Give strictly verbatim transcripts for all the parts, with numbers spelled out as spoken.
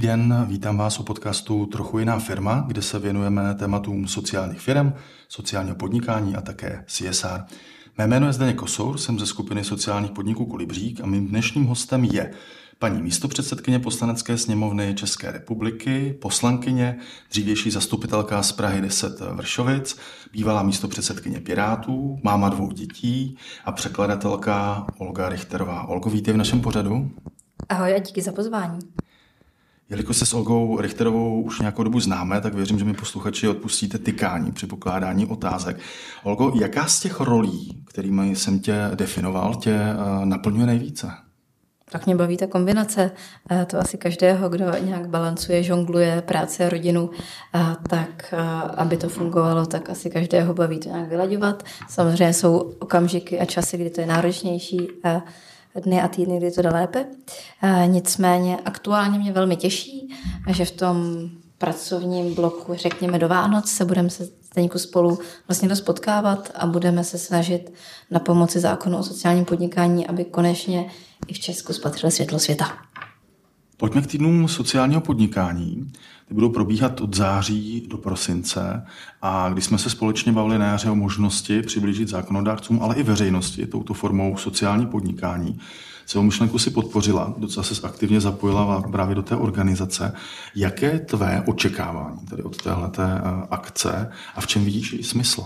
den, vítám vás u podcastu Trochu jiná firma, kde se věnujeme tématům sociálních firm, sociálního podnikání a také C S R. Mé jméno je Zdeněk Kosour, jsem ze skupiny sociálních podniků Kolibřík a mým dnešním hostem je paní místopředsedkyně Poslanecké sněmovny České republiky, poslankyně, dřívější zastupitelka z Prahy deset Vršovic, bývalá místopředsedkyně Pirátů, máma dvou dětí a překladatelka Olga Richterová. Olgo, vítej v našem pořadu. Ahoj a díky za pozvání. Jelikož se s Olgou Richterovou už nějakou dobu známe, tak věřím, že mi posluchači odpustíte tykání při pokládání otázek. Olgo, jaká z těch rolí, kterými jsem tě definoval, tě naplňuje nejvíce? Tak mě baví ta kombinace. To asi každého, kdo nějak balancuje, žongluje práci a rodinu, tak aby to fungovalo, tak asi každého baví to nějak vylaďovat. Samozřejmě jsou okamžiky a časy, kdy to je náročnější, dny a týdny, kdy to jde lépe. Nicméně aktuálně mě velmi těší, že v tom pracovním bloku, řekněme do Vánoc, se budeme se Zdeňku spolu vlastně dost potkávat a budeme se snažit na pomoci zákonu o sociálním podnikání, aby konečně i v Česku spatřilo světlo světa. Pojďme k týdnům sociálního podnikání. Ty budou probíhat od září do prosince a když jsme se společně bavili na jaře o možnosti přiblížit zákonodárcům, ale i veřejnosti touto formou sociální podnikání, celou myšlenku si podpořila, docela se aktivně zapojila právě do té organizace. Jaké je tvé očekávání tady od téhleté akce a v čem vidíš její smysl?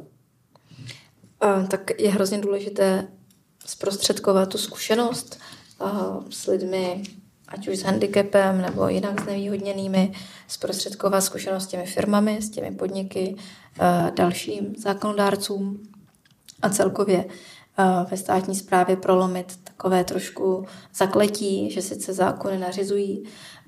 Tak je hrozně důležité zprostředkovat tu zkušenost s lidmi, ať už s handicapem nebo jinak znevýhodněnými, zprostředkovat zkušenost s těmi firmami, s těmi podniky, dalším zákonodárcům a celkově ve státní správě prolomit takové trošku zakletí, že sice zákony nařizují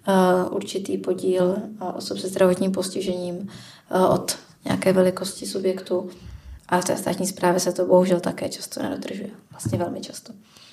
určitý podíl osob se zdravotním postižením od nějaké velikosti subjektu, ale v té státní správě se to bohužel také často nedodržuje. Vlastně velmi často.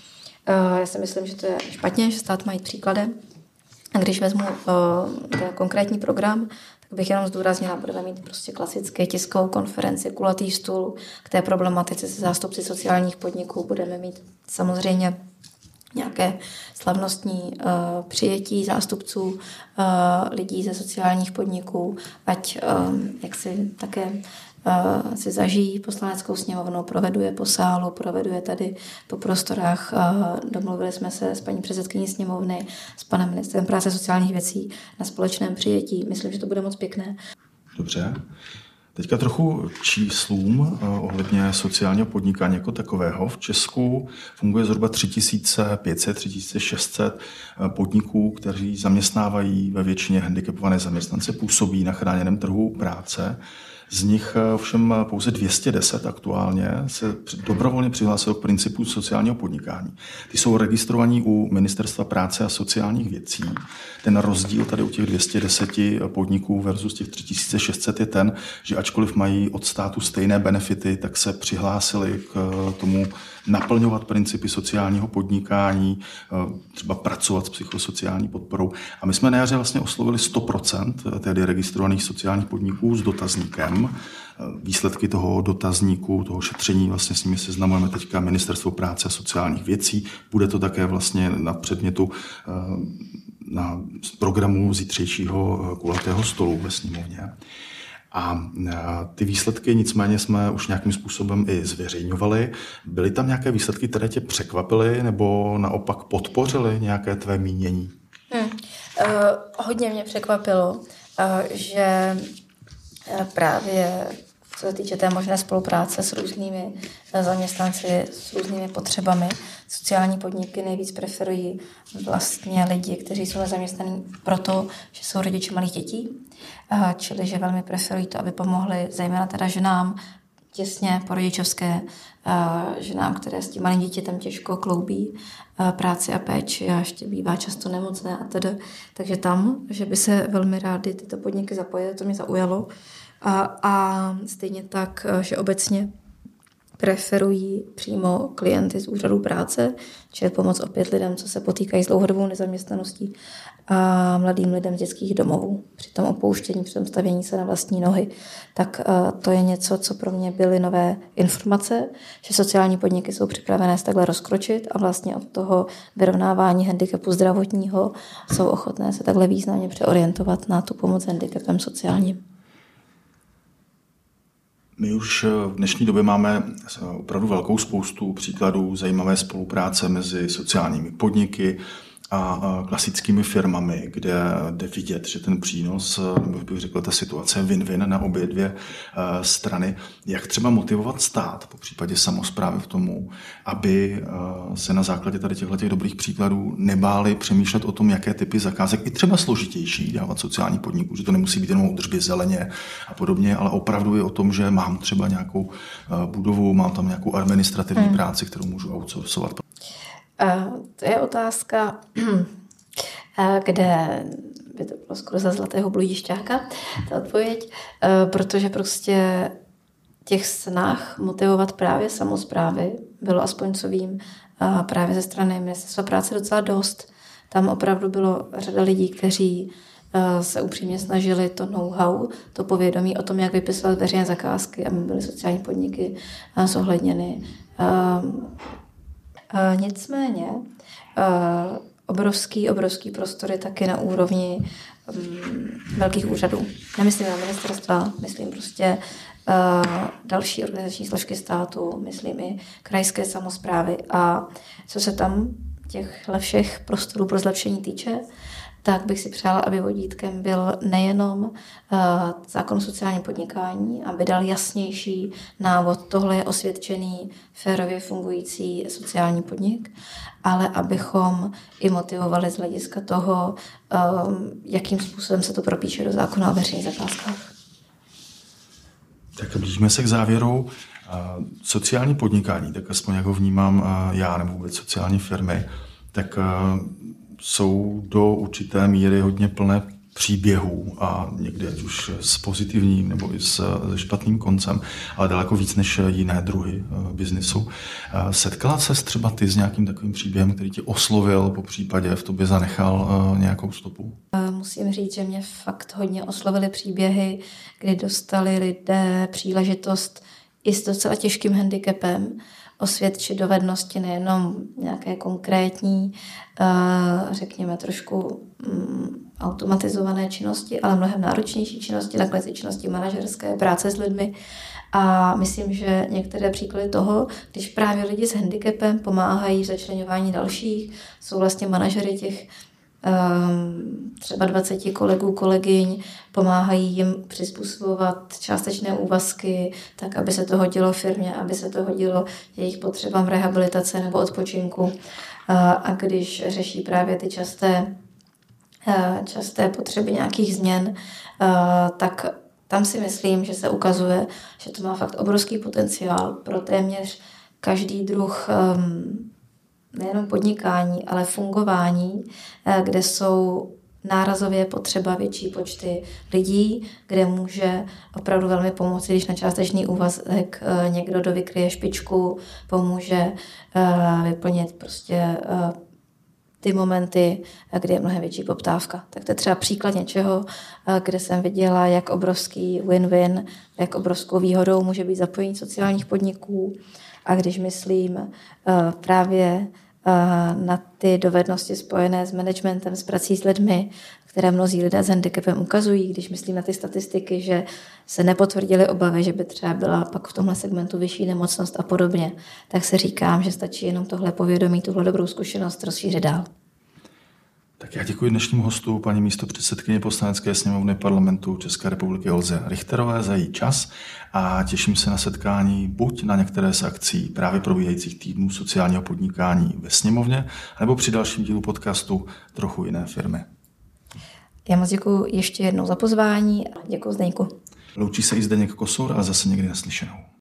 Já si myslím, že to je špatně, že stát má jít příkladem. A když vezmu ten konkrétní program, tak bych jenom zdůraznila, budeme mít prostě klasické tiskovou konferenci, kulatý stůl k té problematice se zástupci sociálních podniků. Budeme mít samozřejmě nějaké slavnostní uh, přijetí zástupců uh, lidí ze sociálních podniků, ať um, jak si také Uh, si zažijí poslaneckou sněmovnu, provedu je po sálu, provedu je tady po prostorách. Uh, domluvili jsme se s paní předsedkyní sněmovny, s panem ministrem práce a sociálních věcí na společném přijetí. Myslím, že to bude moc pěkné. Dobře. Teďka trochu číslům uh, ohledně sociálního podnikání jako takového. V Česku funguje zhruba tři tisíce pět set, tři tisíce šest set podniků, kteří zaměstnávají ve většině handicapované zaměstnance, působí na chráněném trhu práce. Z nich všem pouze dvě stě deset aktuálně se dobrovolně přihlásilo k principu sociálního podnikání. Ty jsou registrovaní u Ministerstva práce a sociálních věcí. Ten rozdíl tady u těch dvě stě deset podniků versus těch tři tisíce šest set je ten, že ačkoliv mají od státu stejné benefity, tak se přihlásili k tomu naplňovat principy sociálního podnikání, třeba pracovat s psychosociální podporou. A my jsme na jaře vlastně oslovili sto procent tedy registrovaných sociálních podniků s dotazníkem. Výsledky toho dotazníku, toho šetření, vlastně s nimi seznamujeme teďka Ministerstvo práce a sociálních věcí. Bude to také vlastně na předmětu na programu zítřejšího kulatého stolu ve sněmovně. A ty výsledky nicméně jsme už nějakým způsobem i zveřejňovali. Byly tam nějaké výsledky, které tě překvapily nebo naopak podpořily nějaké tvé mínění? Hmm. Uh, hodně mě překvapilo, uh, že uh, právě co se týče té možné spolupráce s různými zaměstnanci, s různými potřebami, sociální podniky nejvíc preferují vlastně lidi, kteří jsou nezaměstnaní proto, že jsou rodiči malých dětí, čili že velmi preferují to, aby pomohli zejména teda ženám těsně po rodičovské, ženám, které s tím malým dítětem těžko kloubí práci a péči a ještě bývá často nemocné a tedy. Takže tam, že by se velmi rádi tyto podniky zapojily, to mě zaujalo. A, a stejně tak, že obecně preferují přímo klienty z úřadu práce, čili pomoc opět lidem, co se potýkají s dlouhodobou nezaměstnaností a mladým lidem z dětských domovů. Při tom opouštění, při tom stavění se na vlastní nohy. Tak to je něco, co pro mě byly nové informace, že sociální podniky jsou připravené se takhle rozkročit a vlastně od toho vyrovnávání handicapu zdravotního jsou ochotné se takhle významně přeorientovat na tu pomoc handicapem sociálním. My už v dnešní době máme opravdu velkou spoustu příkladů zajímavé spolupráce mezi sociálními podniky a klasickými firmami, kde jde vidět, že ten přínos, nebo bych řekl, ta situace je win-win na obě dvě strany. Jak třeba motivovat stát, po případě samosprávy v tomu, aby se na základě tady těchto těch dobrých příkladů nebáli přemýšlet o tom, jaké typy zakázek, i třeba složitější, dávat sociální podniku, že to nemusí být jenom o údržbě zeleně a podobně, ale opravdu je o tom, že mám třeba nějakou budovu, mám tam nějakou administrativní hmm. práci, kterou můžu outsourcovat. Uh, to je otázka, uh, kde by to bylo skoro za zlatého bludišťáka, ta odpověď, uh, protože prostě těch snah motivovat právě samosprávy bylo aspoň co vím uh, právě ze strany Ministerstva práce docela dost. Tam opravdu bylo řada lidí, kteří uh, se upřímně snažili to know-how, to povědomí o tom, jak vypisovat veřejné zakázky, aby byly sociální podniky uh, zohledněny. Uh, Uh, nicméně uh, obrovský, obrovský prostor je taky na úrovni um, velkých úřadů. Nemyslím na ministerstva, myslím prostě uh, další organizační složky státu, myslím i krajské samosprávy. A co se tam těchhle všech prostorů pro zlepšení týče, tak bych si přála, aby vodítkem byl nejenom uh, zákon o sociálním podnikání, aby dal jasnější návod, tohle je osvědčený, férově fungující sociální podnik, ale abychom i motivovali z hlediska toho, um, jakým způsobem se to propíše do zákona o veřejných zakázkách. Tak blížíme se k závěru. Sociální podnikání, tak aspoň jak ho vnímám já, nebo vůbec sociální firmy, tak jsou do určité míry hodně plné příběhů a někdy ať už s pozitivním nebo i s, se špatným koncem, ale daleko víc než jiné druhy biznisu. Setkala ses třeba ty s nějakým takovým příběhem, který ti oslovil, po případě v tobě zanechal nějakou stopu? Musím říct, že mě fakt hodně oslovily příběhy, kdy dostali lidé příležitost i s docela těžkým handicapem osvědčit dovednosti nejenom nějaké konkrétní, řekněme trošku automatizované činnosti, ale mnohem náročnější činnosti, takhle ty činnosti manažerské, práce s lidmi. A myslím, že některé příklady toho, když právě lidi s handicapem pomáhají v začleňování dalších, jsou vlastně manažery těch třeba dvaceti kolegů, kolegyň, pomáhají jim přizpůsobovat částečné úvazky, tak aby se to hodilo firmě, aby se to hodilo jejich potřebám rehabilitace nebo odpočinku. A když řeší právě ty časté, časté potřeby nějakých změn, tak tam si myslím, že se ukazuje, že to má fakt obrovský potenciál pro téměř každý druh nejenom podnikání, ale fungování, kde jsou nárazově potřeba větší počty lidí, kde může opravdu velmi pomoci, když na částečný úvazek někdo dovykryje špičku, pomůže vyplnit prostě ty momenty, kde je mnohem větší poptávka. Tak to je třeba příklad něčeho, kde jsem viděla, jak obrovský win-win, jak obrovskou výhodou může být zapojení sociálních podniků. A když myslím právě na ty dovednosti spojené s managementem, s prací s lidmi, které mnozí lidé s handicapem ukazují, když myslím na ty statistiky, že se nepotvrdily obavy, že by třeba byla pak v tomhle segmentu vyšší nemocnost a podobně, tak se říkám, že stačí jenom tohle povědomí, tuhle dobrou zkušenost rozšířit dál. Tak já děkuji dnešnímu hostu, paní místopředsedkyni Poslanecké sněmovny Parlamentu České republiky Olze Richterové za její čas a těším se na setkání buď na některé z akcí právě probíhajících týdnů sociálního podnikání ve sněmovně, nebo při dalším dílu podcastu Trochu jiné firmy. Já moc děkuji ještě jednou za pozvání a děkuji Zdeňku. Loučí se i Zdeněk Kosour a zase někdy naslyšenou.